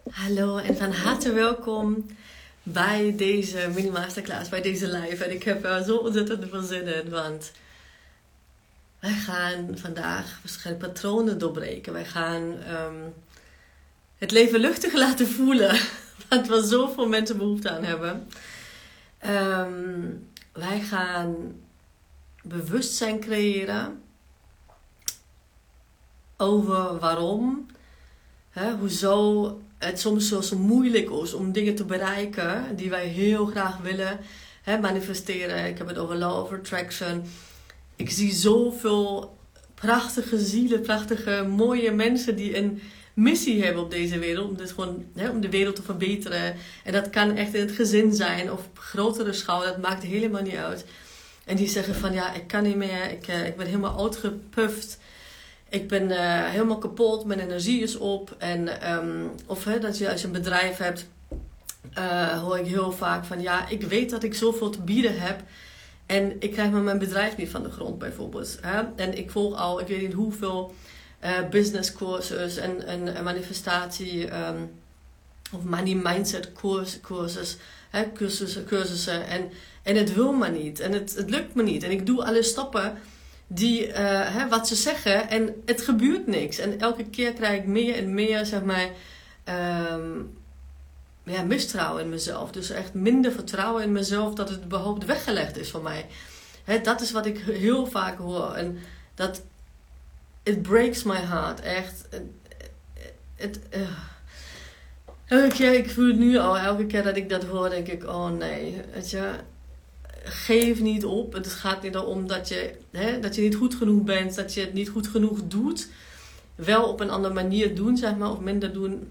Hallo en van harte welkom bij deze mini-masterclass, bij deze live. En ik heb er zo ontzettend veel zin in, want wij gaan vandaag waarschijnlijk patronen doorbreken. Wij gaan het leven luchtig laten voelen, wat waar zoveel mensen behoefte aan hebben. Wij gaan bewustzijn creëren over waarom, hoezo het soms zo moeilijk is om dingen te bereiken die wij heel graag willen manifesteren. Ik heb het over Law of Attraction. Ik zie zoveel prachtige zielen, prachtige mooie mensen die een missie hebben op deze wereld. Om, dit gewoon, om de wereld te verbeteren. En dat kan echt in het gezin zijn of op grotere schaal. Dat maakt helemaal niet uit. En die zeggen van ja, ik kan niet meer. Ik ben helemaal uitgepuft. Ik ben helemaal kapot, mijn energie is op. En, dat je als je een bedrijf hebt, hoor ik heel vaak van ja, ik weet dat ik zoveel te bieden heb. En ik krijg maar mijn bedrijf niet van de grond bijvoorbeeld. En ik volg al, ik weet niet hoeveel business courses en manifestatie of money mindset cursussen. En het wil maar niet. En het lukt me niet. En ik doe alle stappen die, wat ze zeggen en het gebeurt niks. En elke keer krijg ik meer en meer, zeg maar, mistrouwen in mezelf. Dus echt minder vertrouwen in mezelf dat het überhaupt weggelegd is voor mij. Dat is wat ik heel vaak hoor. En dat, it breaks my heart. Echt. Elke keer, ik voel het nu al, elke keer dat ik dat hoor, denk ik, oh nee, weet je. Geef niet op. Het gaat niet om dat je niet goed genoeg bent, dat je het niet goed genoeg doet. Wel op een andere manier doen, zeg maar, of minder doen.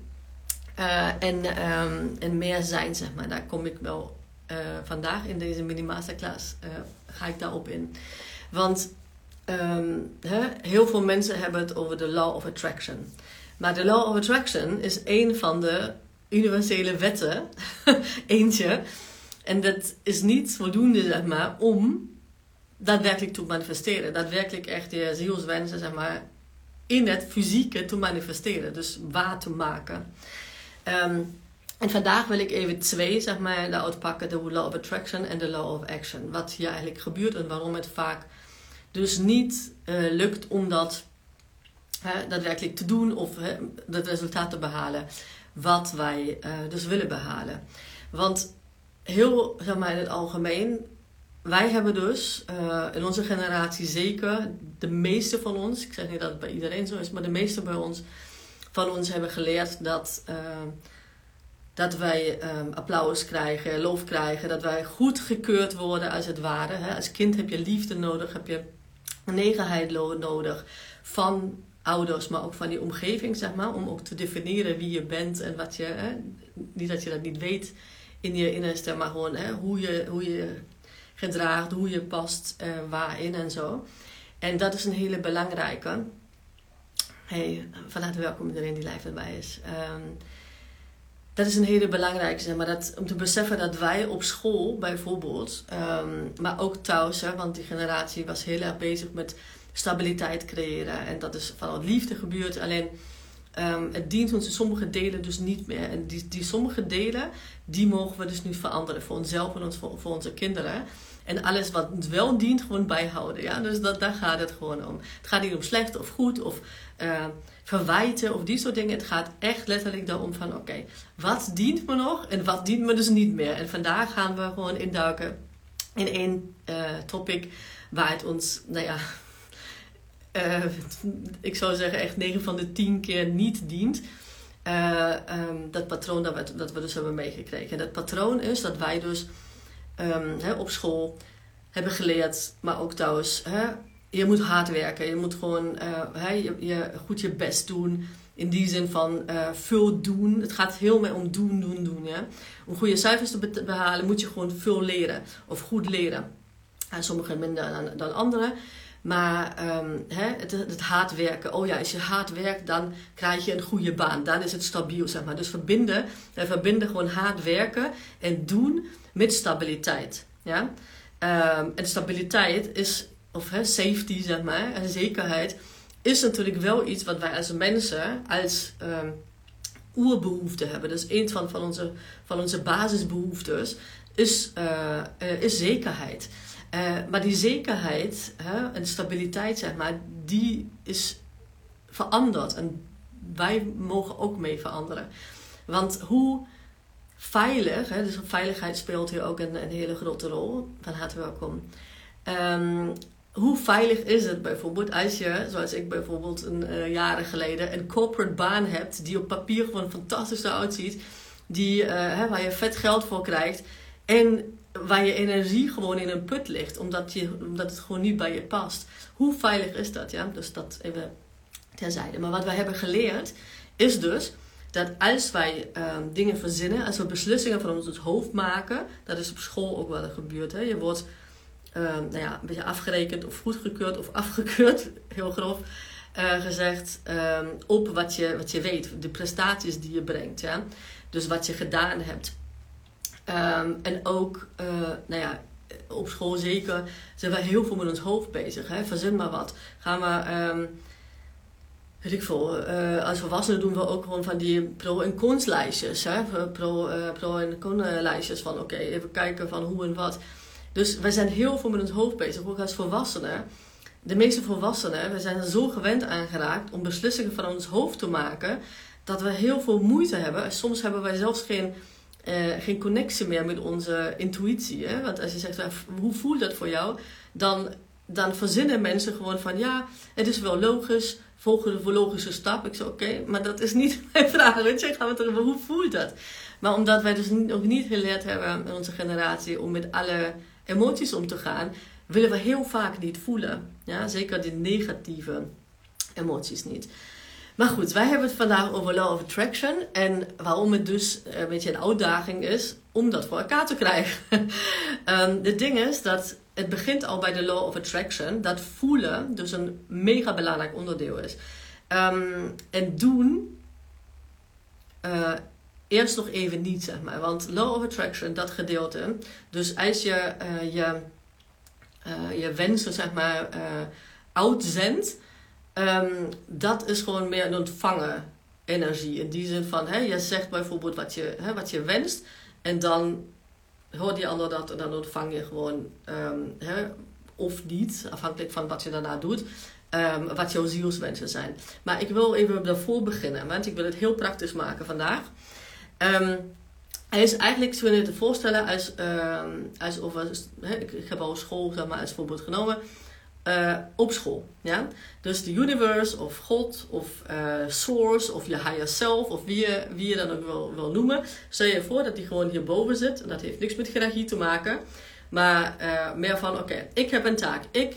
En meer zijn, zeg maar. Daar kom ik wel vandaag in deze mini-masterclass ga ik daarop in. Want heel veel mensen hebben het over de Law of Attraction. Maar de Law of Attraction is een van de universele wetten. Eentje. En dat is niet voldoende, zeg maar, om daadwerkelijk te manifesteren. Daadwerkelijk echt je zielswensen, zeg maar, in het fysieke te manifesteren. Dus waar te maken. En vandaag wil ik even twee, zeg maar, daaruit pakken. De Law of Attraction en de Law of Action. Wat hier eigenlijk gebeurt en waarom het vaak dus niet lukt om dat daadwerkelijk te doen. Of het resultaat te behalen wat wij dus willen behalen. Want heel, zeg maar, in het algemeen, wij hebben dus in onze generatie zeker, de meeste van ons, ik zeg niet dat het bij iedereen zo is, maar de meeste van ons hebben geleerd dat wij applaus krijgen, lof krijgen, dat wij goed gekeurd worden als het ware. Als kind heb je liefde nodig, heb je genegenheid nodig van ouders, maar ook van die omgeving, zeg maar, om ook te definiëren wie je bent en wat je, niet dat je dat niet weet in je innerste, maar gewoon hoe je gedraagt, hoe je past, waarin en zo. En dat is een hele belangrijke. Hey, van harte welkom iedereen die live erbij is. Dat is een hele belangrijke, zeg maar, om te beseffen dat wij op school bijvoorbeeld, maar ook thuis, want die generatie was heel erg bezig met stabiliteit creëren. En dat is vanuit liefde gebeurd. Alleen het dient ons in sommige delen dus niet meer. En die sommige delen, die mogen we dus nu veranderen. Voor onszelf en voor onze kinderen. En alles wat ons wel dient, gewoon bijhouden. Ja? Dus daar gaat het gewoon om. Het gaat niet om slecht of goed of verwijten of die soort dingen. Het gaat echt letterlijk daarom van oké, wat dient me nog en wat dient me dus niet meer. En vandaag gaan we gewoon induiken in één topic waar het ons, ik zou zeggen echt 9 van de 10 keer niet dient. Dat patroon dat we dus hebben meegekregen. En dat patroon is dat wij dus op school hebben geleerd, maar ook thuis. Je moet hard werken. Je moet gewoon goed je best doen. In die zin van veel doen. Het gaat heel meer om doen. Ja? Om goede cijfers te behalen moet je gewoon veel leren. Of goed leren. En sommigen minder dan anderen. Maar het hard werken. Oh ja, als je hard werkt, dan krijg je een goede baan. Dan is het stabiel, zeg maar. Dus verbinden gewoon hard werken en doen met stabiliteit. Ja? En stabiliteit is, of safety, zeg maar, en zekerheid, is natuurlijk wel iets wat wij als mensen, als oerbehoeften hebben. Dus een van onze basisbehoeftes is zekerheid. Maar die zekerheid en stabiliteit, zeg maar, die is veranderd. En wij mogen ook mee veranderen. Want hoe veilig, dus veiligheid speelt hier ook een hele grote rol. Van harte welkom. Hoe veilig is het bijvoorbeeld als je, zoals ik bijvoorbeeld jaren geleden, een corporate baan hebt die op papier gewoon fantastisch eruit ziet, waar je vet geld voor krijgt en waar je energie gewoon in een put ligt, omdat het gewoon niet bij je past. Hoe veilig is dat? Ja? Dus dat even terzijde. Maar wat wij hebben geleerd is dus dat als wij dingen verzinnen, als we beslissingen van ons hoofd maken, dat is op school ook wel gebeurd. Hè? Je wordt een beetje afgerekend of goedgekeurd of afgekeurd, heel grof gezegd, op wat je weet, de prestaties die je brengt. Ja? Dus wat je gedaan hebt. En ook, op school zeker, zijn we heel veel met ons hoofd bezig. Hè? Verzin maar wat. Gaan we, weet ik veel, als volwassenen doen we ook gewoon van die pro- en cons-lijstjes. Hè? Pro- en con-lijstjes van oké, even kijken van hoe en wat. Dus wij zijn heel veel met ons hoofd bezig, ook als volwassenen. De meeste volwassenen, we zijn er zo gewend aan geraakt om beslissingen van ons hoofd te maken, dat we heel veel moeite hebben. Soms hebben wij zelfs geen connectie meer met onze intuïtie. Hè? Want als je zegt, hoe voelt dat voor jou? Dan verzinnen mensen gewoon van, ja, het is wel logisch, volgen de logische stap. Ik zeg, oké, maar dat is niet mijn vraag. Weet je, gaan we het over, hoe voelt dat? Maar omdat wij dus nog niet geleerd hebben in onze generatie om met alle emoties om te gaan, willen we heel vaak niet voelen. Ja? Zeker die negatieve emoties niet. Maar goed, wij hebben het vandaag over Law of Attraction. En waarom het dus een beetje een uitdaging is om dat voor elkaar te krijgen. Het ding is dat het begint al bij de Law of Attraction. Dat voelen dus een mega belangrijk onderdeel is. En doen eerst nog even niet, zeg maar. Want Law of Attraction, dat gedeelte. Dus als je je wensen, zeg maar, uitzendt. Dat is gewoon meer een ontvangen energie. In die zin van, je zegt bijvoorbeeld wat je wenst. En dan hoort die ander dat en dan ontvang je gewoon, of niet, afhankelijk van wat je daarna doet, wat jouw zielswensen zijn. Maar ik wil even daarvoor beginnen, want ik wil het heel praktisch maken vandaag. Hij is eigenlijk, zo je te voorstellen, als over, ik heb al school, zeg maar, als voorbeeld genomen. Op school. Ja? Dus de universe of God of source of je higher self of wie je dan ook wil noemen. Stel je voor dat die gewoon hierboven zit. En dat heeft niks met hiërarchie te maken. Maar meer van oké, ik heb een taak. Ik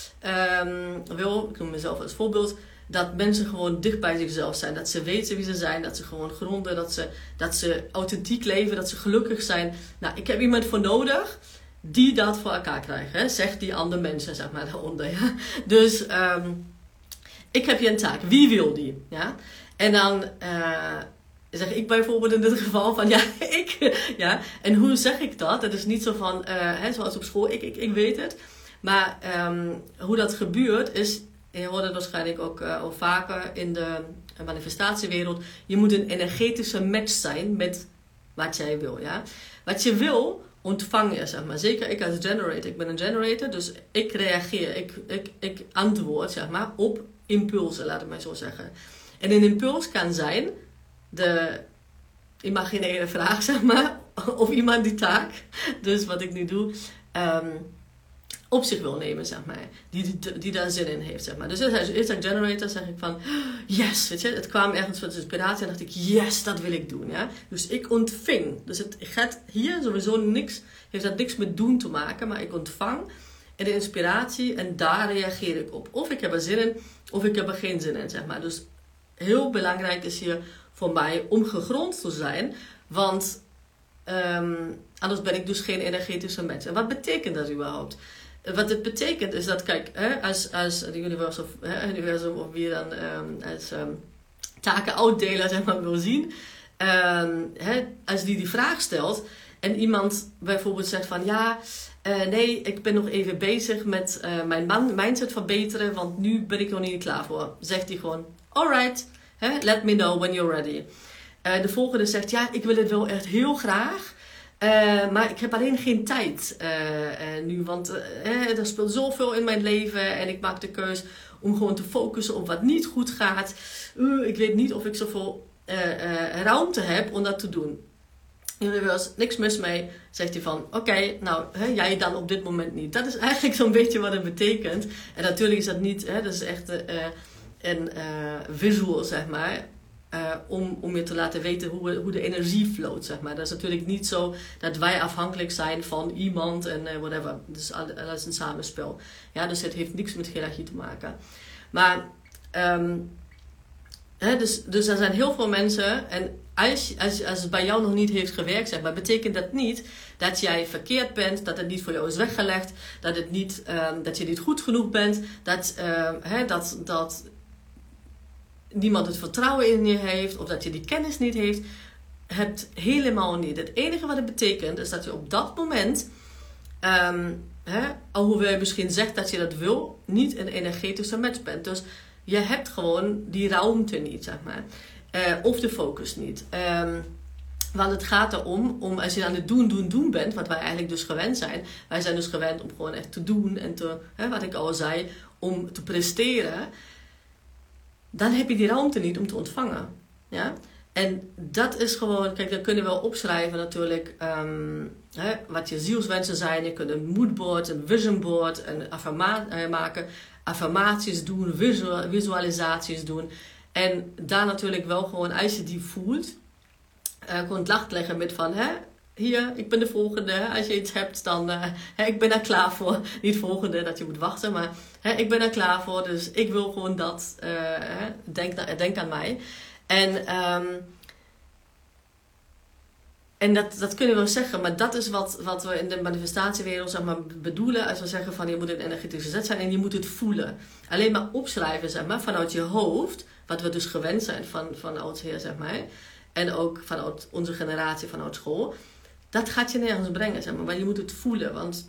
noem mezelf als voorbeeld, dat mensen gewoon dicht bij zichzelf zijn. Dat ze weten wie ze zijn. Dat ze gewoon gronden. Dat ze authentiek leven. Dat ze gelukkig zijn. Nou, ik heb iemand voor nodig die dat voor elkaar krijgen, hè? Zegt die andere mensen, zeg maar, daaronder. Ja? Dus ik heb hier een taak. Wie wil die? Ja? En dan zeg ik bijvoorbeeld in dit geval van, ja, ik. Ja? En hoe zeg ik dat? Het is niet zo van, zoals op school, ik weet het. Maar hoe dat gebeurt is, je hoort het waarschijnlijk ook al vaker in de manifestatiewereld, je moet een energetische match zijn met wat jij wil. Ja? Wat je wil ontvang je, zeg maar. Zeker ik als generator. Ik ben een generator, dus ik reageer. Ik antwoord, zeg maar, op impulsen, laat ik maar zo zeggen. En een impuls kan zijn de imaginaire vraag, zeg maar, of iemand die taak, dus wat ik nu doe, op zich wil nemen, zeg maar. Die daar zin in heeft, zeg maar. Dus als generator zeg ik van, yes, weet je. Het kwam ergens van de inspiratie en dacht ik, yes, dat wil ik doen, ja. Dus ik ontving. Dus het gaat hier sowieso heeft dat niks met doen te maken, maar ik ontvang de inspiratie en daar reageer ik op. Of ik heb er zin in, of ik heb er geen zin in, zeg maar. Dus heel belangrijk is hier voor mij om gegrond te zijn, want anders ben ik dus geen energetische mens. En wat betekent dat überhaupt? Wat het betekent is dat, kijk, als de universum of wie je dan als taken uitdelen, zeg maar, wil zien. Als die vraag stelt en iemand bijvoorbeeld zegt van, ja, nee, ik ben nog even bezig met mijn mindset verbeteren, want nu ben ik nog niet klaar voor. Zegt hij gewoon, alright, let me know when you're ready. De volgende zegt, ja, ik wil het wel echt heel graag. Maar ik heb alleen geen tijd nu, want er speelt zoveel in mijn leven en ik maak de keus om gewoon te focussen op wat niet goed gaat. Ik weet niet of ik zoveel ruimte heb om dat te doen. Er was niks mis mee, zegt hij van, oké, nou, jij dan op dit moment niet. Dat is eigenlijk zo'n beetje wat het betekent. En natuurlijk is dat niet, dat is echt een visual, zeg maar. Om je te laten weten hoe de energie floot, zeg maar. Dat is natuurlijk niet zo dat wij afhankelijk zijn van iemand en whatever. Dus dat is een samenspel. Ja, dus het heeft niks met hiërarchie te maken. Maar, dus er zijn heel veel mensen. En als het bij jou nog niet heeft gewerkt, zeg maar, betekent dat niet dat jij verkeerd bent, dat het niet voor jou is weggelegd, dat je niet goed genoeg bent, dat niemand het vertrouwen in je heeft of dat je die kennis niet hebt, helemaal niet. Het enige wat het betekent is dat je op dat moment, alhoewel je misschien zegt dat je dat wil, niet een energetische match bent. Dus je hebt gewoon die ruimte niet, zeg maar. Of de focus niet. Want het gaat erom, als je aan het doen bent, wat wij eigenlijk dus gewend zijn. Wij zijn dus gewend om gewoon echt te doen en wat ik al zei, om te presteren. Dan heb je die ruimte niet om te ontvangen. Ja? En dat is gewoon, kijk, dan kunnen we wel opschrijven natuurlijk wat je zielswensen zijn. Je kunt een moodboard, een visionboard, maken, affirmaties doen, visualisaties doen. En daar natuurlijk wel gewoon, als je die voelt, gewoon het lacht leggen met van, hier, ik ben de volgende. Als je iets hebt, dan, ik ben er klaar voor. Niet volgende, dat je moet wachten, maar ik ben er klaar voor. Dus ik wil gewoon dat. Denk aan mij. En dat kunnen we wel zeggen, maar dat is wat we in de manifestatiewereld, zeg maar, bedoelen als we zeggen van je moet een energetische zet zijn en je moet het voelen. Alleen maar opschrijven, zeg maar, vanuit je hoofd, wat we dus gewend zijn van oudsher, zeg maar, en ook vanuit onze generatie, vanuit school, dat gaat je nergens brengen, zeg maar je moet het voelen, want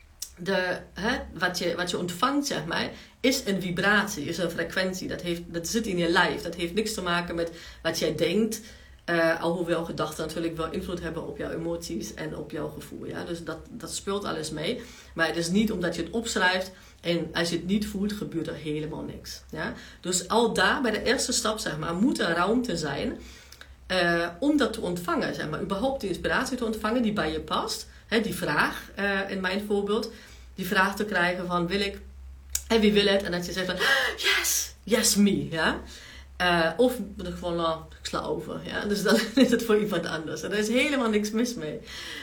wat je ontvangt, zeg maar, is een vibratie, is een frequentie, dat zit in je lijf, dat heeft niks te maken met wat jij denkt. Alhoewel gedachten natuurlijk wel invloed hebben op jouw emoties en op jouw gevoel. Ja? Dus dat speelt alles mee. Maar het is niet omdat je het opschrijft en als je het niet voelt, gebeurt er helemaal niks. Ja? Dus al daar bij de eerste stap, zeg maar, moet er ruimte zijn om dat te ontvangen. Zeg maar, überhaupt de inspiratie te ontvangen die bij je past. Die vraag, in mijn voorbeeld, die vraag te krijgen van wil ik, wie wil het? En dat je zegt van yes me. Ja? Of gewoon, ik sla over. Ja? Dus dan is het voor iemand anders. En er is helemaal niks mis mee.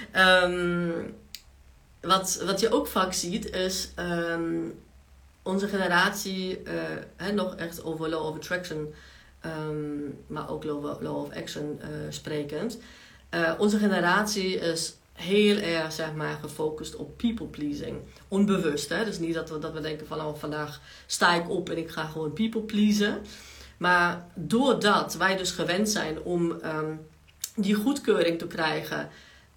Wat je ook vaak ziet is onze generatie, nog echt over law of attraction, maar ook law of action sprekend. Onze generatie is heel erg, zeg maar, gefocust op people pleasing. Onbewust. Hè? Dus niet dat we denken van vandaag sta ik op en ik ga gewoon people pleasen. Maar doordat wij dus gewend zijn om die goedkeuring te krijgen,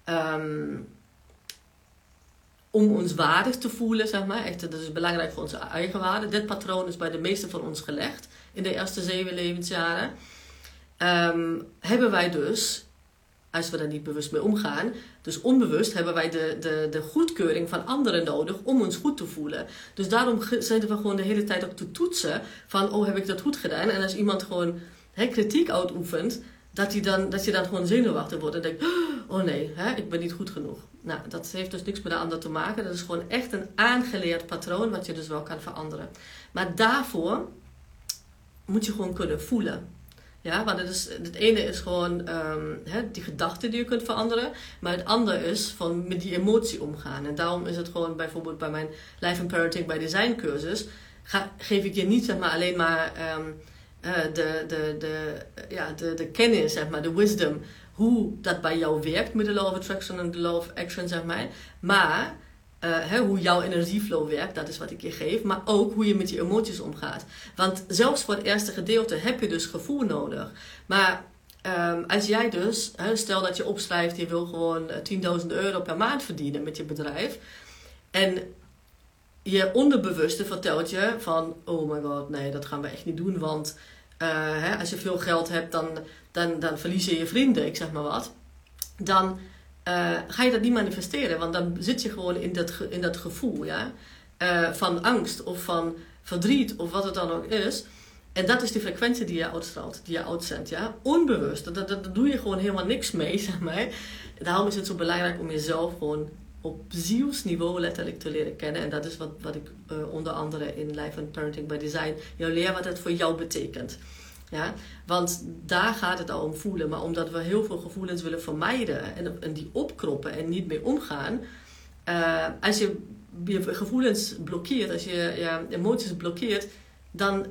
om ons waardig te voelen, zeg maar. Echt, dat is belangrijk voor onze eigen waarde. Dit patroon is bij de meesten van ons gelegd in de eerste 7 levensjaren. Hebben wij dus, als we daar niet bewust mee omgaan, dus onbewust hebben wij de goedkeuring van anderen nodig om ons goed te voelen. Dus daarom zitten we gewoon de hele tijd ook te toetsen van, heb ik dat goed gedaan? En als iemand gewoon kritiek uitoefent, dat je dan gewoon zenuwachtig wordt en denkt, oh nee, ik ben niet goed genoeg. Nou, dat heeft dus niks met de ander te maken. Dat is gewoon echt een aangeleerd patroon wat je dus wel kan veranderen. Maar daarvoor moet je gewoon kunnen voelen. Ja, want het ene is gewoon die gedachte die je kunt veranderen. Maar het andere is van met die emotie omgaan. En daarom is het gewoon bijvoorbeeld bij mijn Life and Parenting by Design cursus, geef ik je niet, zeg maar, alleen maar de kennis, zeg maar, de wisdom, hoe dat bij jou werkt met de Law of Attraction en de Law of Action, zeg maar hoe jouw energieflow werkt, dat is wat ik je geef, maar ook hoe je met je emoties omgaat. Want zelfs voor het eerste gedeelte heb je dus gevoel nodig. Maar als jij dus, stel dat je opschrijft, je wil gewoon €10.000 per maand verdienen met je bedrijf, en je onderbewuste vertelt je van, oh my god, nee, dat gaan we echt niet doen, want als je veel geld hebt, dan verlies je je vrienden, ik zeg maar wat. Dan ga je dat niet manifesteren. Want dan zit je gewoon in dat gevoel, ja. Van angst of van verdriet of wat het dan ook is. En dat is die frequentie die je uitstraalt, die je uitzendt, ja. Onbewust, dat doe je gewoon helemaal niks mee, zeg maar. Daarom is het zo belangrijk om jezelf gewoon op zielsniveau letterlijk te leren kennen. En dat is wat ik onder andere in Life and Parenting by Design jou leer, wat het voor jou betekent. Ja? Want daar gaat het al om voelen. Maar omdat we heel veel gevoelens willen vermijden en die opkroppen en niet mee omgaan. Als je gevoelens blokkeert, als je emoties blokkeert, dan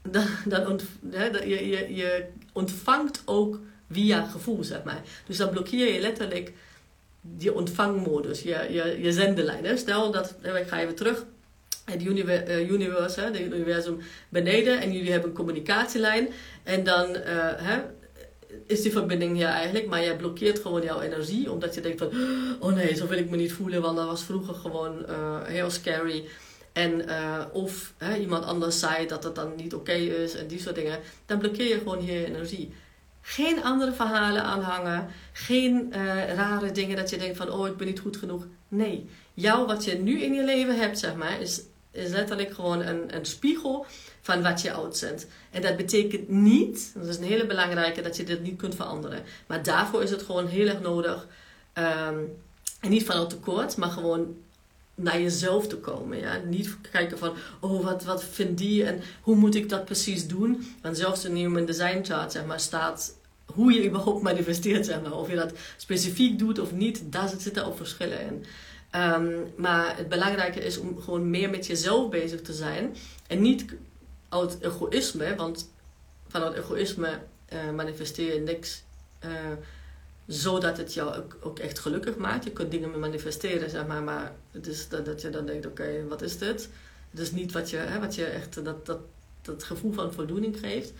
je ontvangt ook via gevoel, zeg maar. Dus dan blokkeer je letterlijk die ontvangmodus, je zendelijn. Hè. Stel dat, ik ga even terug, het universum beneden en jullie hebben een communicatielijn en dan is die verbinding hier eigenlijk, maar jij blokkeert gewoon jouw energie, omdat je denkt van, oh nee, zo wil ik me niet voelen, want dat was vroeger gewoon heel scary. En of iemand anders zei dat het dan niet oké is en die soort dingen, dan blokkeer je gewoon je energie. Geen andere verhalen aanhangen, geen rare dingen dat je denkt van, oh ik ben niet goed genoeg. Nee, wat je nu in je leven hebt, zeg maar, is letterlijk gewoon een spiegel van wat je uitzendt. En dat betekent niet, dat is een hele belangrijke, dat je dit niet kunt veranderen. Maar daarvoor is het gewoon heel erg nodig, en niet vanuit tekort, maar gewoon naar jezelf te komen. Ja? Niet kijken van, oh wat vindt die en hoe moet ik dat precies doen. Want zelfs in Human Design Chart, zeg maar, staat hoe je überhaupt manifesteert. Zeg maar. Of je dat specifiek doet of niet, daar zitten ook verschillen in. Maar het belangrijke is om gewoon meer met jezelf bezig te zijn. En niet uit egoïsme, want vanuit egoïsme manifesteer je niks zodat het jou ook echt gelukkig maakt. Je kunt dingen manifesteren, zeg maar het is dat je dan denkt, oké, wat is dit? Het is niet wat je echt, dat gevoel van voldoening geeft.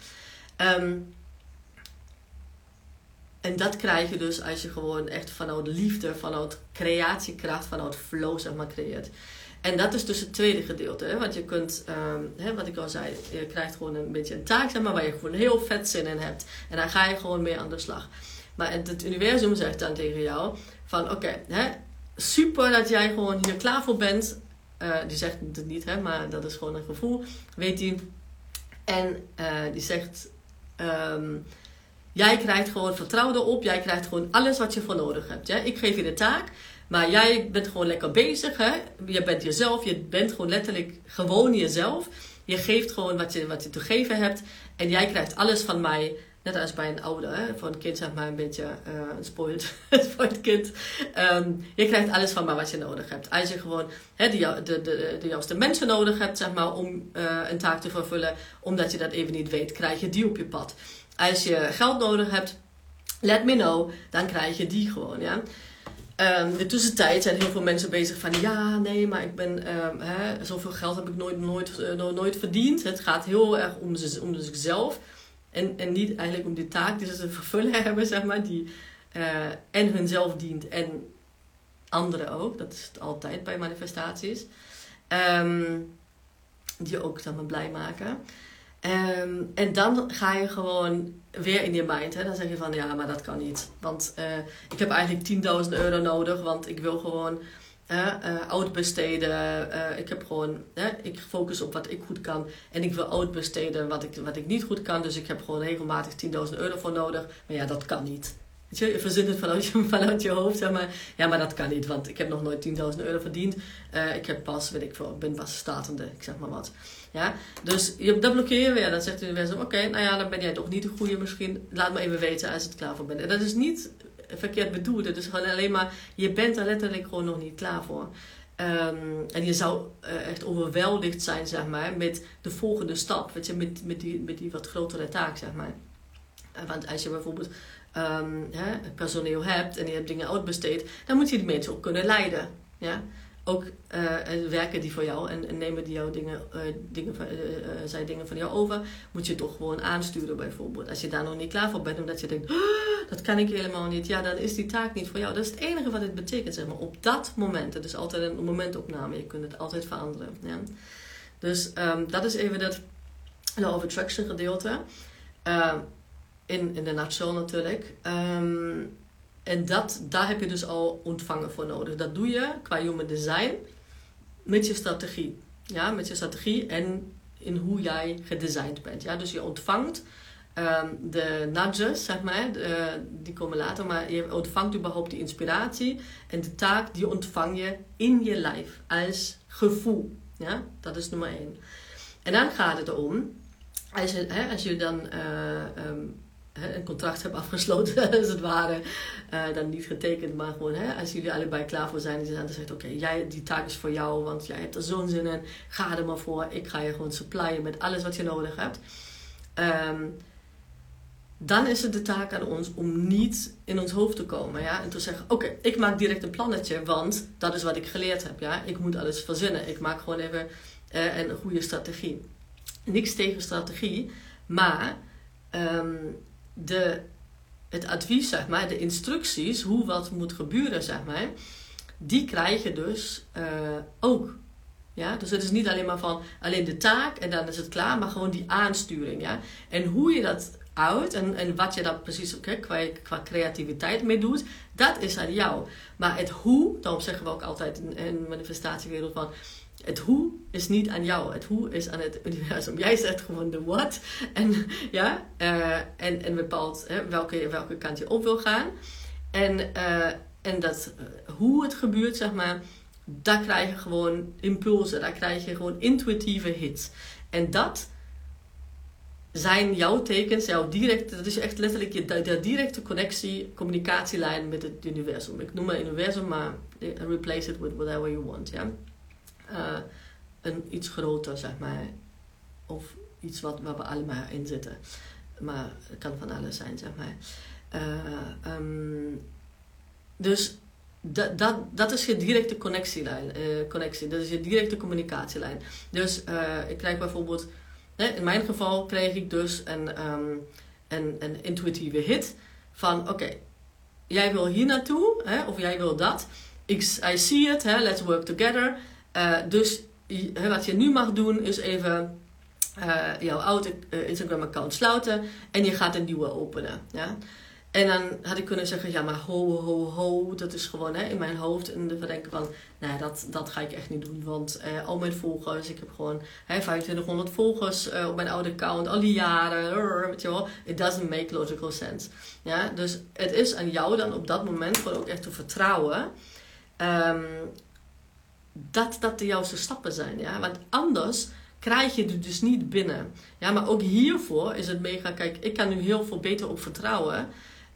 En dat krijg je dus als je gewoon echt vanuit liefde, vanuit creatiekracht, vanuit flow, zeg maar, creëert. En dat is dus het tweede gedeelte. Hè? Want je kunt, wat ik al zei, je krijgt gewoon een beetje een taak, zeg maar, waar je gewoon heel vet zin in hebt. En dan ga je gewoon mee aan de slag. Maar het universum zegt dan tegen jou van oké, super dat jij gewoon hier klaar voor bent. Die zegt het niet, maar dat is gewoon een gevoel, weet hij. En die zegt, jij krijgt gewoon vertrouwen erop. Jij krijgt gewoon alles wat je voor nodig hebt. Ja? Ik geef je de taak, maar jij bent gewoon lekker bezig. Hè? Je bent jezelf, je bent gewoon letterlijk gewoon jezelf. Je geeft gewoon wat je te geven hebt. En jij krijgt alles van mij. Net als bij een ouder, voor een kind zeg maar een beetje een spoiled kind. Je krijgt alles van mij wat je nodig hebt. Als je gewoon de juiste mensen nodig hebt, zeg maar, om een taak te vervullen, omdat je dat even niet weet, krijg je die op je pad. Als je geld nodig hebt, let me know, dan krijg je die gewoon, ja. De tussentijd zijn heel veel mensen bezig van, ja, nee, maar ik ben, zoveel geld heb ik nooit verdiend. Het gaat heel erg om zichzelf. En niet eigenlijk om die taak die ze te vervullen hebben, zeg maar, die en hunzelf dient en anderen ook. Dat is het altijd bij manifestaties. Die ook dan maar blij maken. En dan ga je gewoon weer in je mind. Hè? Dan zeg je van, ja, maar dat kan niet. Want ik heb eigenlijk €10.000 nodig, want ik wil gewoon uitbesteden. Ik heb gewoon, ik focus op wat ik goed kan. En ik wil uitbesteden wat ik niet goed kan. Dus ik heb gewoon regelmatig €10.000 voor nodig. Maar ja, dat kan niet. Weet je verzint het vanuit je hoofd, zeg maar. Ja, maar dat kan niet, want ik heb nog nooit €10.000 verdiend. Ik heb pas, ben pas startende, ik zeg maar wat. Ja? Dus dat blokkeer je weer. Dan zegt het universum, oké, nou ja, dan ben jij toch niet de goede misschien. Laat me even weten als je het klaar voor bent. En dat is niet verkeerd bedoeld. Het is gewoon alleen maar, je bent er letterlijk gewoon nog niet klaar voor. En je zou echt overweldigd zijn, zeg maar, met de volgende stap. Weet je, met die wat grotere taak, zeg maar. Want als je bijvoorbeeld personeel hebt en je hebt dingen uitbesteed, dan moet je die mensen ook kunnen leiden. Ja? Ook werken die voor jou en nemen die jouw dingen van jou over, moet je toch gewoon aansturen bijvoorbeeld. Als je daar nog niet klaar voor bent, omdat je denkt, dat kan ik helemaal niet, ja, dan is die taak niet voor jou. Dat is het enige wat het betekent, zeg maar, op dat moment. Het is altijd een momentopname, je kunt het altijd veranderen. Ja? Dus dat is even dat Law of Attraction gedeelte. In de nutshell natuurlijk. En daar heb je dus al ontvangen voor nodig. Dat doe je qua human design met je strategie. Ja, met je strategie en in hoe jij gedesigned bent. Ja, dus je ontvangt de nudges, zeg maar, die komen later, maar je ontvangt überhaupt die inspiratie en de taak die ontvang je in je lijf als gevoel. Ja, dat is nummer 1. En dan gaat het erom, als je dan een contract hebt afgesloten, als het ware, dan niet getekend, maar gewoon als jullie allebei klaar voor zijn, en dan zegt oké, die taak is voor jou, want jij hebt er zo'n zin in, ga er maar voor, ik ga je gewoon supplyen met alles wat je nodig hebt. Dan is het de taak aan ons om niet in ons hoofd te komen. Ja? En te zeggen, oké, ik maak direct een plannetje, want dat is wat ik geleerd heb. Ja? Ik moet alles verzinnen. Ik maak gewoon even een goede strategie. Niks tegen strategie, maar het advies, zeg maar, de instructies, hoe wat moet gebeuren, zeg maar, die krijg je dus ook. Ja? Dus het is niet alleen maar van alleen de taak en dan is het klaar, maar gewoon die aansturing. Ja? En hoe je dat uit en wat je daar precies qua creativiteit mee doet, dat is aan jou. Maar het hoe, daarom zeggen we ook altijd in de manifestatiewereld van, het hoe is niet aan jou. Het hoe is aan het universum. Jij zegt gewoon de what. En, ja, en bepaalt welke kant je op wil gaan. En dat hoe het gebeurt, zeg maar, daar krijg je gewoon impulsen. Daar krijg je gewoon intuïtieve hits. En dat zijn jouw tekens, dat is echt letterlijk de directe connectie, communicatielijn met het universum. Ik noem het universum, maar replace it with whatever you want. Ja? Een iets groter, zeg maar. Of iets waar we allemaal in zitten. Maar het kan van alles zijn, zeg maar. Dus dat is je directe connectie. Dat is je directe communicatielijn. Dus ik krijg bijvoorbeeld, in mijn geval kreeg ik dus een intuïtieve hit van oké, jij wil hier naartoe, of jij wil dat. I see it, let's work together. Dus wat je nu mag doen is even jouw oude Instagram account sluiten en je gaat een nieuwe openen. Ja? En dan had ik kunnen zeggen, ja maar ho, dat is gewoon in mijn hoofd. En dan denken van, nee, dat ga ik echt niet doen. Want al mijn volgers, ik heb gewoon 2500 volgers op mijn oude account, al die jaren. Weet je wel, it doesn't make logical sense. Ja? Dus het is aan jou dan op dat moment gewoon ook echt te vertrouwen dat de juiste stappen zijn. Ja? Want anders krijg je het dus niet binnen. Ja, maar ook hiervoor is het mega, kijk, ik kan nu heel veel beter op vertrouwen.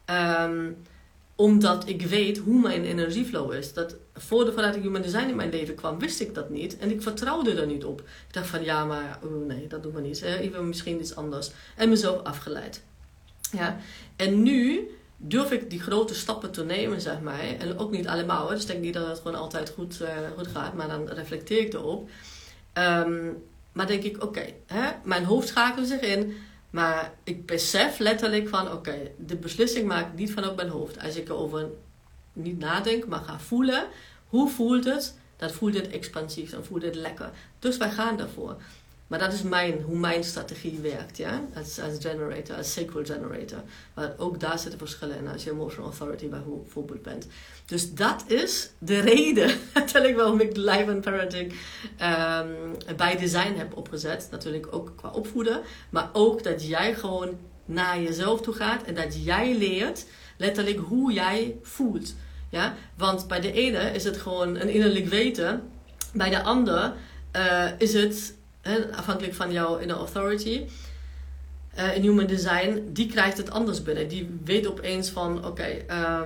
Omdat ik weet hoe mijn energieflow is. Voordat ik human design in mijn leven kwam, wist ik dat niet. En ik vertrouwde er niet op. Ik dacht van, ja, maar nee, dat doen we niet. Even misschien iets anders. En mezelf afgeleid. Ja. En nu durf ik die grote stappen te nemen, zeg maar. En ook niet allemaal. Dus ik denk niet dat het gewoon altijd goed gaat. Maar dan reflecteer ik erop. Maar denk ik, oké, mijn hoofd schakelt zich in. Maar ik besef letterlijk van, oké, de beslissing maak ik niet vanuit mijn hoofd. Als ik erover niet nadenk, maar ga voelen. Hoe voelt het? Dan voelt het expansief, dan voelt het lekker. Dus wij gaan daarvoor. Maar dat is hoe mijn strategie werkt, ja? Als generator, als sacral generator. Maar ook daar zitten verschillen in als je emotional authority bijvoorbeeld bent. Dus dat is de reden natuurlijk waarom ik Life and Parenting bij design heb opgezet. Natuurlijk ook qua opvoeden. Maar ook dat jij gewoon naar jezelf toe gaat. En dat jij leert letterlijk hoe jij voelt. Ja? Want bij de ene is het gewoon een innerlijk weten. Bij de ander is het afhankelijk van jouw inner authority. In human design, die krijgt het anders binnen. Die weet opeens van, oké,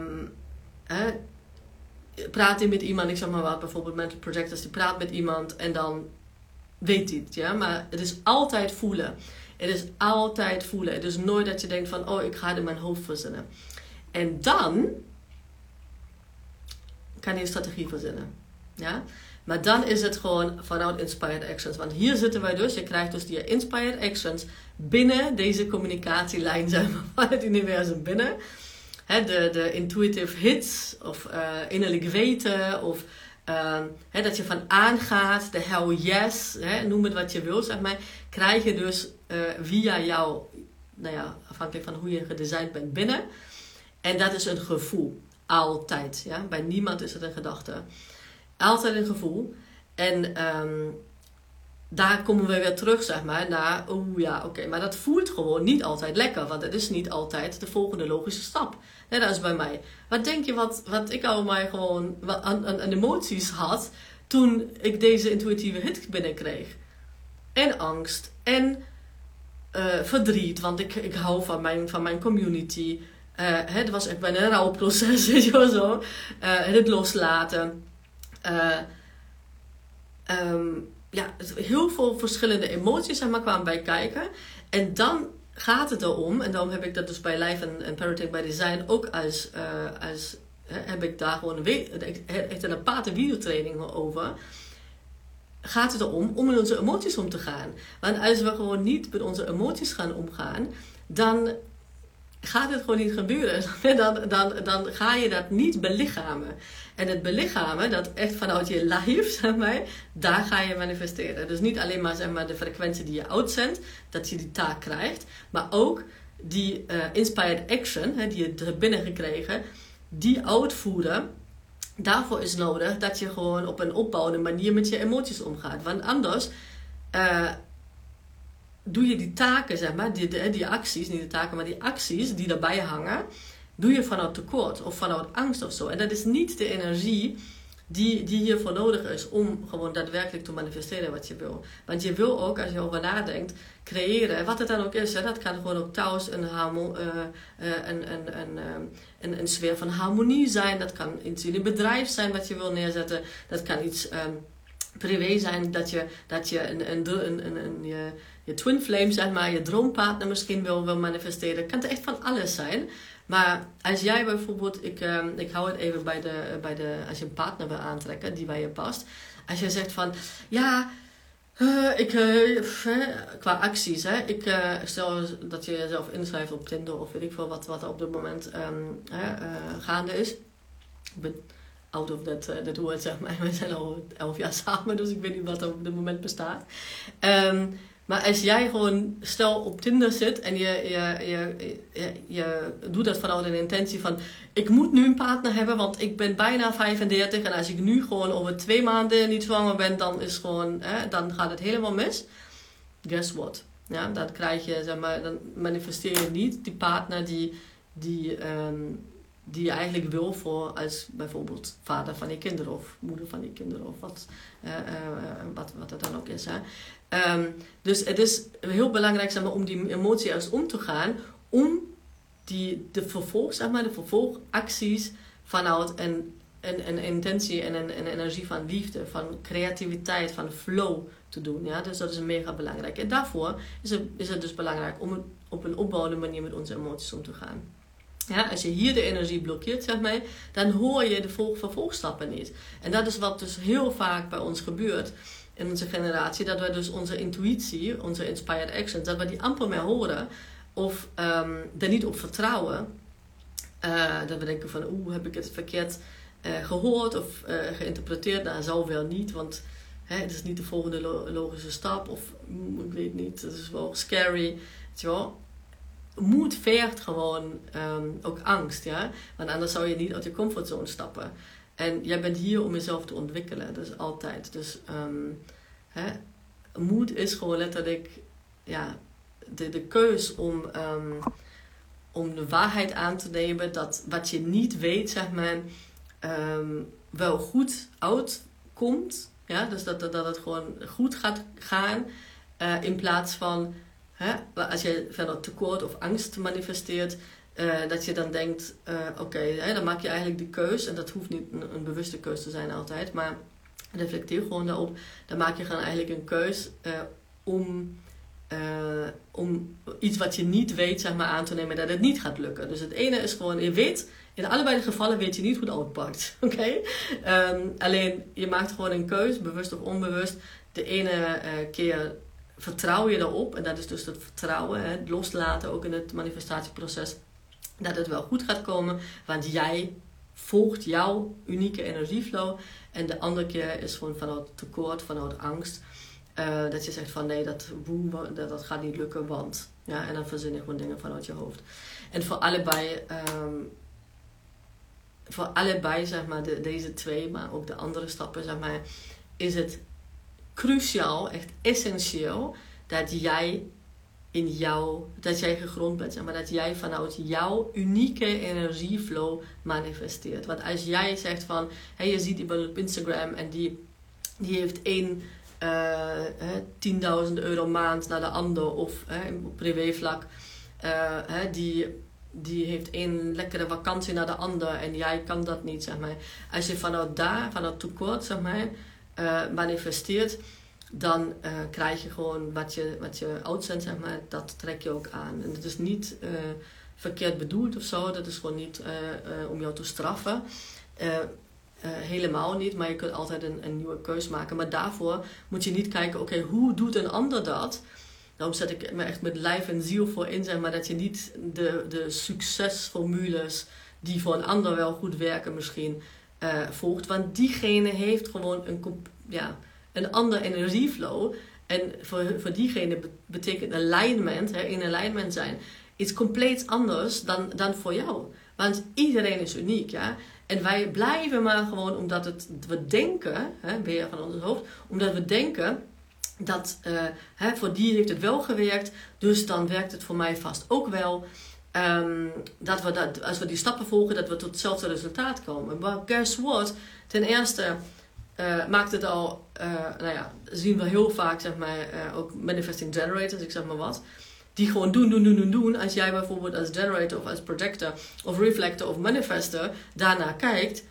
praat hij met iemand, ik zeg maar wat, bijvoorbeeld mental projectors, die praat met iemand en dan weet hij het, ja. Maar het is altijd voelen. Het is altijd voelen. Het is nooit dat je denkt van, oh, ik ga het in mijn hoofd verzinnen. En dan kan je een strategie verzinnen. Ja. Maar dan is het gewoon vanuit Inspired Actions. Want hier zitten wij dus. Je krijgt dus die Inspired Actions binnen deze communicatielijn, zeg maar, van het universum binnen. De intuitive hits of innerlijk weten of dat je van aangaat, de hell yes, noem het wat je wil, zeg maar, krijg je dus via jouw afhankelijk van hoe je gedesigned bent binnen. En dat is een gevoel. Altijd. Ja? Bij niemand is het een gedachte. Altijd een gevoel. En daar komen we weer terug, zeg maar, naar, maar dat voelt gewoon niet altijd lekker, want het is niet altijd de volgende logische stap. Net als bij mij. Wat denk je wat ik allemaal gewoon aan emoties had toen ik deze intuïtieve hit binnenkreeg? En angst, en verdriet, want ik hou van mijn community. Het was echt bijna een rouwproces, weet je wel zo. Het loslaten. Heel veel verschillende emoties, zeg maar, kwamen bij kijken. En dan gaat het erom, en daarom heb ik dat dus bij Life en Parenting by Design ook heb ik daar gewoon echt een aparte videotraining over. Gaat het erom om met onze emoties om te gaan. Want als we gewoon niet met onze emoties gaan omgaan, dan gaat het gewoon niet gebeuren. Dan ga je dat niet belichamen. En het belichamen, dat echt vanuit je lijf, zeg maar, daar ga je manifesteren. Dus niet alleen maar, zeg maar, de frequentie die je uitzendt, dat je die taak krijgt, maar ook die inspired action, die je hebt binnengekregen, die uitvoeren. Daarvoor is nodig dat je gewoon op een opbouwende manier met je emoties omgaat. Want anders doe je die taken, zeg maar, die acties, niet de taken, maar die acties die daarbij hangen, doe je vanuit tekort of vanuit angst of zo. En dat is niet de energie die hiervoor nodig is om gewoon daadwerkelijk te manifesteren wat je wil. Want je wil ook, als je over nadenkt, creëren, wat het dan ook is. Hè, dat kan gewoon ook thuis een sfeer van harmonie zijn. Dat kan iets in een bedrijf zijn wat je wil neerzetten. Dat kan iets privé zijn, dat je je twin flame, zeg maar, je droompartner misschien wil manifesteren. Het kan echt van alles zijn. Maar als jij bijvoorbeeld, ik hou het even bij de als je een partner wil aantrekken die bij je past. Als je zegt van, qua acties, hè, stel dat je jezelf inschrijft op Tinder of weet ik veel wat er op dit moment gaande is. Ik ben out of that word, zeg maar. We zijn al 11 jaar samen, dus ik weet niet wat er op dit moment bestaat. Maar als jij gewoon, stel op Tinder zit en je doet dat vanuit een intentie van, ik moet nu een partner hebben, want ik ben bijna 35 en als ik nu gewoon over 2 maanden niet zwanger ben, dan gaat het helemaal mis. Guess what? Ja, dan krijg je, zeg maar, dan manifesteer je niet die partner die je eigenlijk wil voor als bijvoorbeeld vader van je kinderen of moeder van je kinderen of wat het dan ook is. Hè. Dus het is heel belangrijk, zeg maar, om die emotie juist om te gaan, om de vervolgacties vanuit een intentie en een energie van liefde, van creativiteit, van flow te doen. Ja? Dus dat is mega belangrijk. En daarvoor is het dus belangrijk om op een opbouwende manier met onze emoties om te gaan. Ja, als je hier de energie blokkeert, zeg maar, dan hoor je de vervolgstappen niet. En dat is wat dus heel vaak bij ons gebeurt in onze generatie. Dat we dus onze intuïtie, onze inspired actions, dat we die amper meer horen. Of er niet op vertrouwen. Dat we denken van, heb ik het verkeerd gehoord of geïnterpreteerd? Nou, zal wel niet, want het is niet de volgende logische stap. Of ik weet niet, het is wel scary. Weet je wel? Moed vergt gewoon ook angst, ja. Want anders zou je niet uit je comfortzone stappen. En jij bent hier om jezelf te ontwikkelen, dus altijd. Dus moed is gewoon letterlijk, ja, de keus om de waarheid aan te nemen dat wat je niet weet, zeg maar, wel goed uitkomt. Ja, dus dat het gewoon goed gaat gaan, in plaats van, als je vanuit tekort of angst manifesteert, dat je dan denkt, dan maak je eigenlijk de keus, en dat hoeft niet een bewuste keus te zijn altijd, maar reflecteer gewoon daarop. Dan maak je gewoon eigenlijk een keus om iets wat je niet weet, zeg maar, aan te nemen dat het niet gaat lukken. Dus het ene is gewoon, je weet, in allebei de gevallen weet je niet hoe het uitpakt. Oké? Alleen, je maakt gewoon een keus, bewust of onbewust. De ene keer vertrouw je erop, en dat is dus het vertrouwen, het loslaten ook in het manifestatieproces, dat het wel goed gaat komen, want jij volgt jouw unieke energieflow. En de andere keer is gewoon vanuit tekort, vanuit angst, dat je zegt van nee, dat gaat niet lukken, want Ja, en dan verzin je gewoon dingen vanuit je hoofd. En voor allebei zeg maar, deze twee, maar ook de andere stappen, zeg maar, is het cruciaal, echt essentieel, dat jij gegrond bent, zeg maar, dat jij vanuit jouw unieke energieflow manifesteert. Want als jij zegt van, je ziet iemand op Instagram en die heeft 10.000 euro maand naar de ander, of op privévlak, die heeft één lekkere vakantie naar de ander en jij kan dat niet, zeg maar. Als je vanuit tekort, zeg maar, manifesteert, dan krijg je gewoon wat je uitzendt, zeg maar, dat trek je ook aan. En dat is niet verkeerd bedoeld of zo, dat is gewoon niet om jou te straffen. Helemaal niet, maar je kunt altijd een nieuwe keus maken. Maar daarvoor moet je niet kijken, oké, hoe doet een ander dat? Daarom zet ik me echt met lijf en ziel voor in, zeg maar, dat je niet de succesformules die voor een ander wel goed werken misschien volgt. Want diegene heeft gewoon een ander energieflow. En voor diegene betekent alignment, in alignment zijn, iets compleet anders dan voor jou. Want iedereen is uniek, ja. En wij blijven maar gewoon, omdat we denken, weer van ons hoofd, omdat we denken dat voor die heeft het wel gewerkt, dus dan werkt het voor mij vast ook wel. Als we die stappen volgen, dat we tot hetzelfde resultaat komen. Maar guess what? Ten eerste maakt het al, zien we heel vaak, zeg maar, ook manifesting generators, ik zeg maar wat, die gewoon doen. Als jij bijvoorbeeld als generator of als projector of reflector of manifester daarnaar kijkt,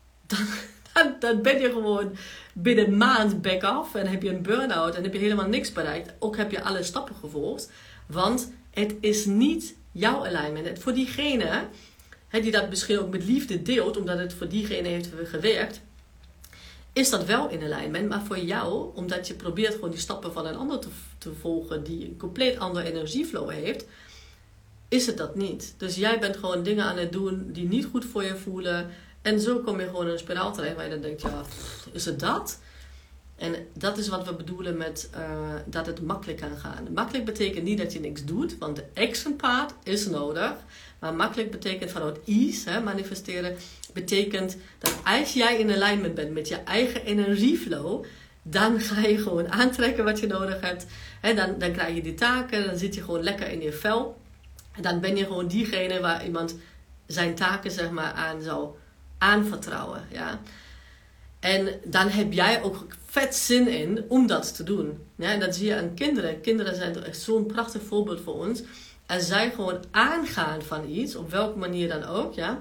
dan ben je gewoon binnen een maand back off en heb je een burn-out en heb je helemaal niks bereikt. Ook heb je alle stappen gevolgd, want het is niet jouw alignment. Voor diegene die dat misschien ook met liefde deelt, omdat het voor diegene heeft gewerkt, is dat wel in alignment. Maar voor jou, omdat je probeert gewoon die stappen van een ander te volgen die een compleet andere energieflow heeft, is het dat niet. Dus jij bent gewoon dingen aan het doen die niet goed voor je voelen. En zo kom je gewoon in een spiraal terecht waar je dan denkt, is het dat? En dat is wat we bedoelen met dat het makkelijk kan gaan. Makkelijk betekent niet dat je niks doet, want de action part is nodig. Maar makkelijk betekent vanuit ease, manifesteren, betekent dat als jij in alignment bent met je eigen energieflow, dan ga je gewoon aantrekken wat je nodig hebt. Dan krijg je die taken, dan zit je gewoon lekker in je vel. En dan ben je gewoon diegene waar iemand zijn taken, zeg maar, aan zou aanvertrouwen. Ja? En dan heb jij ook vet zin in om dat te doen. Ja? En dat zie je aan kinderen. Kinderen zijn echt zo'n prachtig voorbeeld voor ons. Als zij gewoon aangaan van iets, op welke manier dan ook, ja,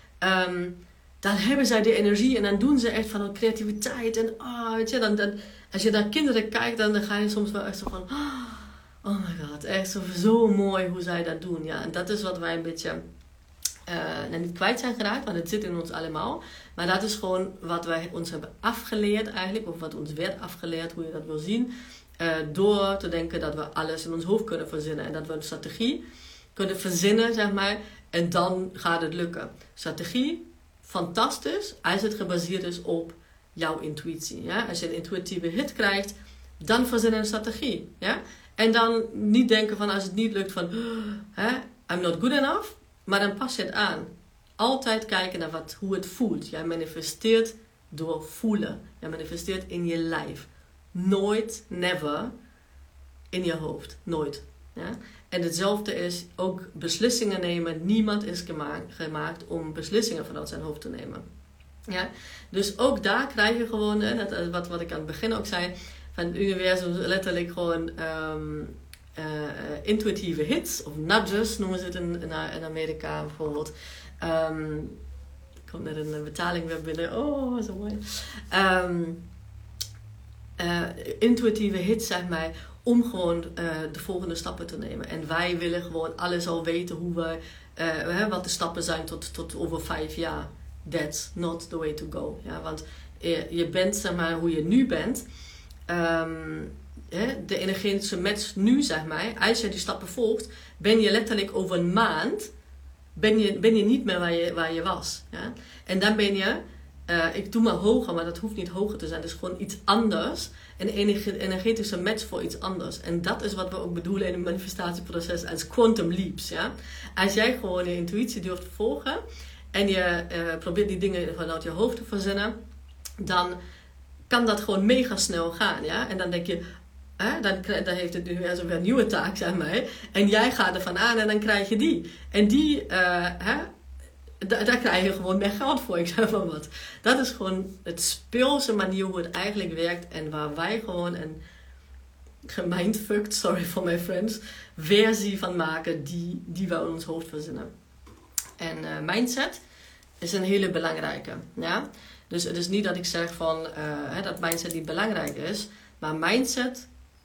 dan hebben zij de energie en dan doen ze echt van creativiteit. En weet je, dan, als je naar kinderen kijkt, dan ga je soms wel echt zo van, oh my god, echt zo mooi hoe zij dat doen. Ja. En dat is wat wij een beetje niet kwijt zijn geraakt, want het zit in ons allemaal. Maar dat is gewoon wat wij ons hebben afgeleerd eigenlijk, of wat ons werd afgeleerd, hoe je dat wil zien. Door te denken dat we alles in ons hoofd kunnen verzinnen. En dat we een strategie kunnen verzinnen, zeg maar. En dan gaat het lukken. Strategie, fantastisch, als het gebaseerd is op jouw intuïtie. Ja? Als je een intuïtieve hit krijgt, dan verzin een strategie. Ja? En dan niet denken van, als het niet lukt van, I'm not good enough. Maar dan pas je het aan. Altijd kijken naar hoe het voelt. Jij manifesteert door voelen. Jij manifesteert in je lijf. Nooit, never in je hoofd. Nooit. Ja? En hetzelfde is ook beslissingen nemen. Niemand is gemaakt om beslissingen vanuit zijn hoofd te nemen. Ja? Dus ook daar krijg je gewoon, wat ik aan het begin ook zei, van het universum letterlijk gewoon intuïtieve hits, of nudges noemen ze het in Amerika bijvoorbeeld. Ik kom net een betaling weer binnen. Oh, zo mooi. Intuïtieve hits, zeg maar, om gewoon de volgende stappen te nemen. En wij willen gewoon alles al weten hoe we, wat de stappen zijn tot over 5 jaar. That's not the way to go. Ja, want je bent, zeg maar, hoe je nu bent. De energetische match nu, zeg maar, als je die stappen volgt, ben je letterlijk over een maand ben je niet meer waar je was. Ja? En dan ben je ik doe maar hoger, maar dat hoeft niet hoger te zijn. Het is gewoon iets anders. Een energetische match voor iets anders. En dat is wat we ook bedoelen in het manifestatieproces als quantum leaps. Ja? Als jij gewoon je intuïtie durft te volgen en je probeert die dingen vanuit je hoofd te verzinnen, dan kan dat gewoon mega snel gaan. Ja? En dan denk je, dan heeft het universum weer een nieuwe taak, zeg maar. En jij gaat ervan aan en dan krijg je die. En die, daar krijg je gewoon meer geld voor, ik zeg maar wat. Dat is gewoon het speelse manier hoe het eigenlijk werkt. En waar wij gewoon een gemindfucked, sorry for my friends, versie van maken die we in ons hoofd verzinnen. En mindset is een hele belangrijke. Ja? Dus het is niet dat ik zeg van dat mindset niet belangrijk is. Maar mindset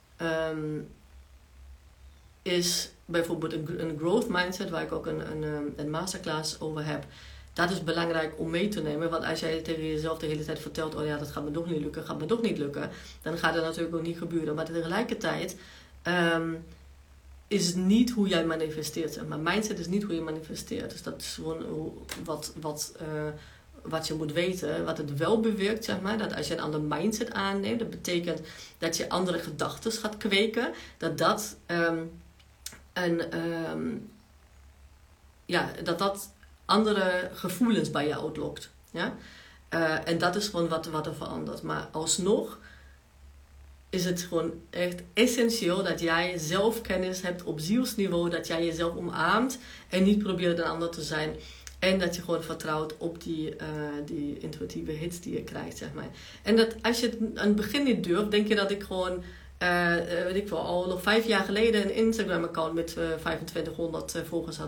is bijvoorbeeld een growth mindset, waar ik ook een masterclass over heb. Dat is belangrijk om mee te nemen. Want als jij tegen jezelf de hele tijd vertelt, oh ja, dat gaat me toch niet lukken, gaat me toch niet lukken. Dan gaat het natuurlijk ook niet gebeuren. Maar tegelijkertijd is het niet hoe jij manifesteert. Zeg maar mindset is niet hoe je manifesteert. Dus dat is gewoon wat je moet weten. Wat het wel bewerkt, zeg maar. Dat als je een ander mindset aanneemt, dat betekent dat je andere gedachten gaat kweken. Dat andere gevoelens bij je uitlokt. Ja? En dat is gewoon wat er verandert. Maar alsnog is het gewoon echt essentieel dat jij zelfkennis hebt op zielsniveau. Dat jij jezelf omarmt en niet probeert een ander te zijn. En dat je gewoon vertrouwt op die intuïtieve hits die je krijgt, zeg maar. En dat als je het aan het begin niet durft, denk je dat ik gewoon, al nog 5 jaar geleden een Instagram-account met 2500 volgers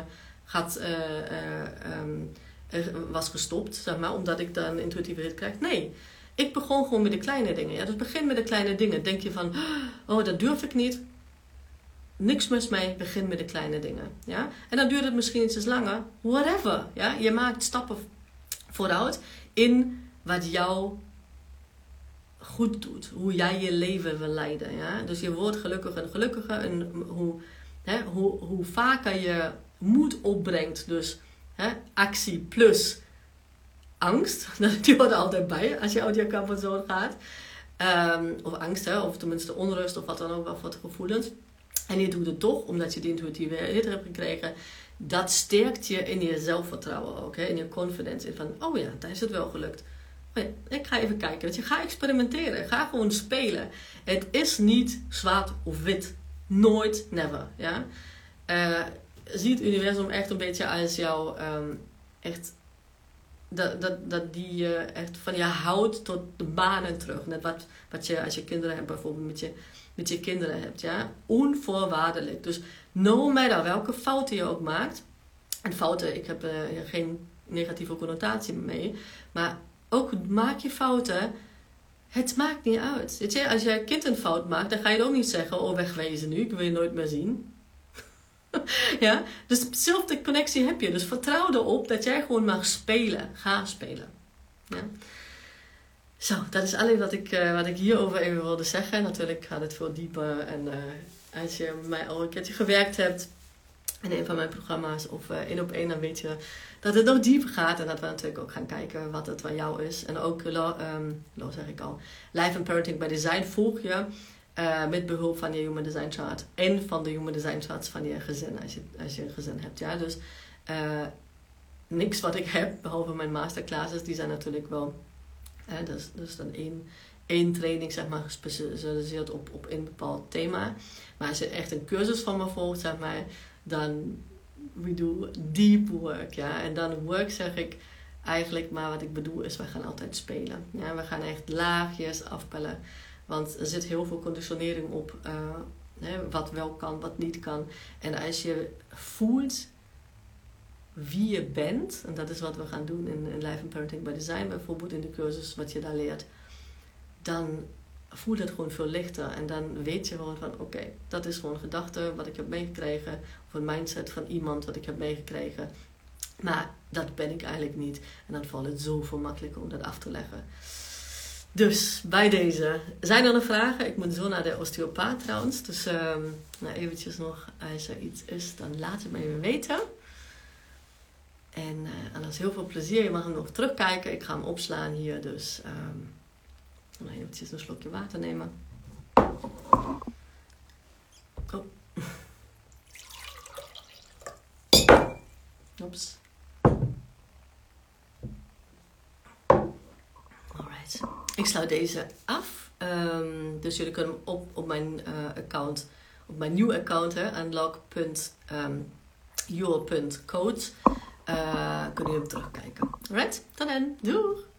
was gestopt, zeg maar, omdat ik dan een intuïtieve hit krijg. Nee, ik begon gewoon met de kleine dingen. Ja? Dus begin met de kleine dingen. Denk je van, oh, dat durf ik niet. Niks mis mee, begin met de kleine dingen. Ja? En dan duurt het misschien iets langer. Whatever. Ja? Je maakt stappen vooruit in wat jou goed doet. Hoe jij je leven wil leiden. Ja? Dus je wordt gelukkiger en gelukkiger. En hoe vaker je moed opbrengt. Dus actie plus angst. Die hoort er altijd bij als je uit je comfortzone gaat. Of angst, of tenminste onrust of wat dan ook wel voor gevoelens. En je doet het toch, omdat je die intuïtieve hit hebt gekregen. Dat sterkt je in je zelfvertrouwen ook. Hè? In je confidence. In van, oh ja, daar is het wel gelukt. Oh ja, ik ga even kijken. Dus je gaat experimenteren. Ga gewoon spelen. Het is niet zwart of wit. Nooit, never. Ja? Zie het universum echt een beetje als jou echt... Dat die echt van je houdt tot de banen terug. Net wat je als je kinderen hebt bijvoorbeeld met je kinderen hebt. Ja? Onvoorwaardelijk. Dus no matter welke fouten je ook maakt. En fouten, ik heb geen negatieve connotatie mee. Maar ook maak je fouten. Het maakt niet uit. Weet je, als je kind een fout maakt, dan ga je ook niet zeggen, oh wegwezen nu, ik wil je nooit meer zien. Ja, dus dezelfde connectie heb je. Dus vertrouw erop dat jij gewoon mag spelen. Ga spelen. Ja. Zo, dat is alleen wat ik hierover even wilde zeggen. Natuurlijk gaat het veel dieper. En als je met mij al een keertje gewerkt hebt in een van mijn programma's of 1-op-1, dan weet je dat het nog dieper gaat. En dat we natuurlijk ook gaan kijken wat het van jou is. En ook, zeg ik al, Life and Parenting by Design volg je. Met behulp van je Human Design Chart en van de Human Design Charts van je gezin, als je een gezin hebt. Ja? Dus niks wat ik heb, behalve mijn masterclasses, die zijn natuurlijk wel, dus dan één training, zeg maar, gespecialiseerd op een bepaald thema. Maar als je echt een cursus van me volgt, zeg maar, dan we do deep work. Ja? En dan work zeg ik eigenlijk, maar wat ik bedoel is, we gaan altijd spelen. Ja? We gaan echt laagjes afpellen. Want er zit heel veel conditionering op wat wel kan, wat niet kan. En als je voelt wie je bent, en dat is wat we gaan doen in Life and Parenting by Design, bijvoorbeeld in de cursus wat je daar leert, dan voelt het gewoon veel lichter. En dan weet je gewoon van oké, dat is gewoon een gedachte wat ik heb meegekregen, of een mindset van iemand wat ik heb meegekregen. Maar dat ben ik eigenlijk niet. En dan valt het zoveel makkelijker om dat af te leggen. Dus bij deze. Zijn er nog vragen? Ik moet zo naar de osteopaat trouwens. Dus eventjes nog, als er iets is, dan laat het me even weten. En anders heel veel plezier. Je mag hem nog terugkijken. Ik ga hem opslaan hier. Dus eventjes een slokje water nemen. Oh. Oeps. Alright. Ik sluit deze af. Dus jullie kunnen hem op mijn account, op mijn nieuw account, unlock.your.coach, kunnen jullie hem terugkijken. Alright, tot dan. Doei!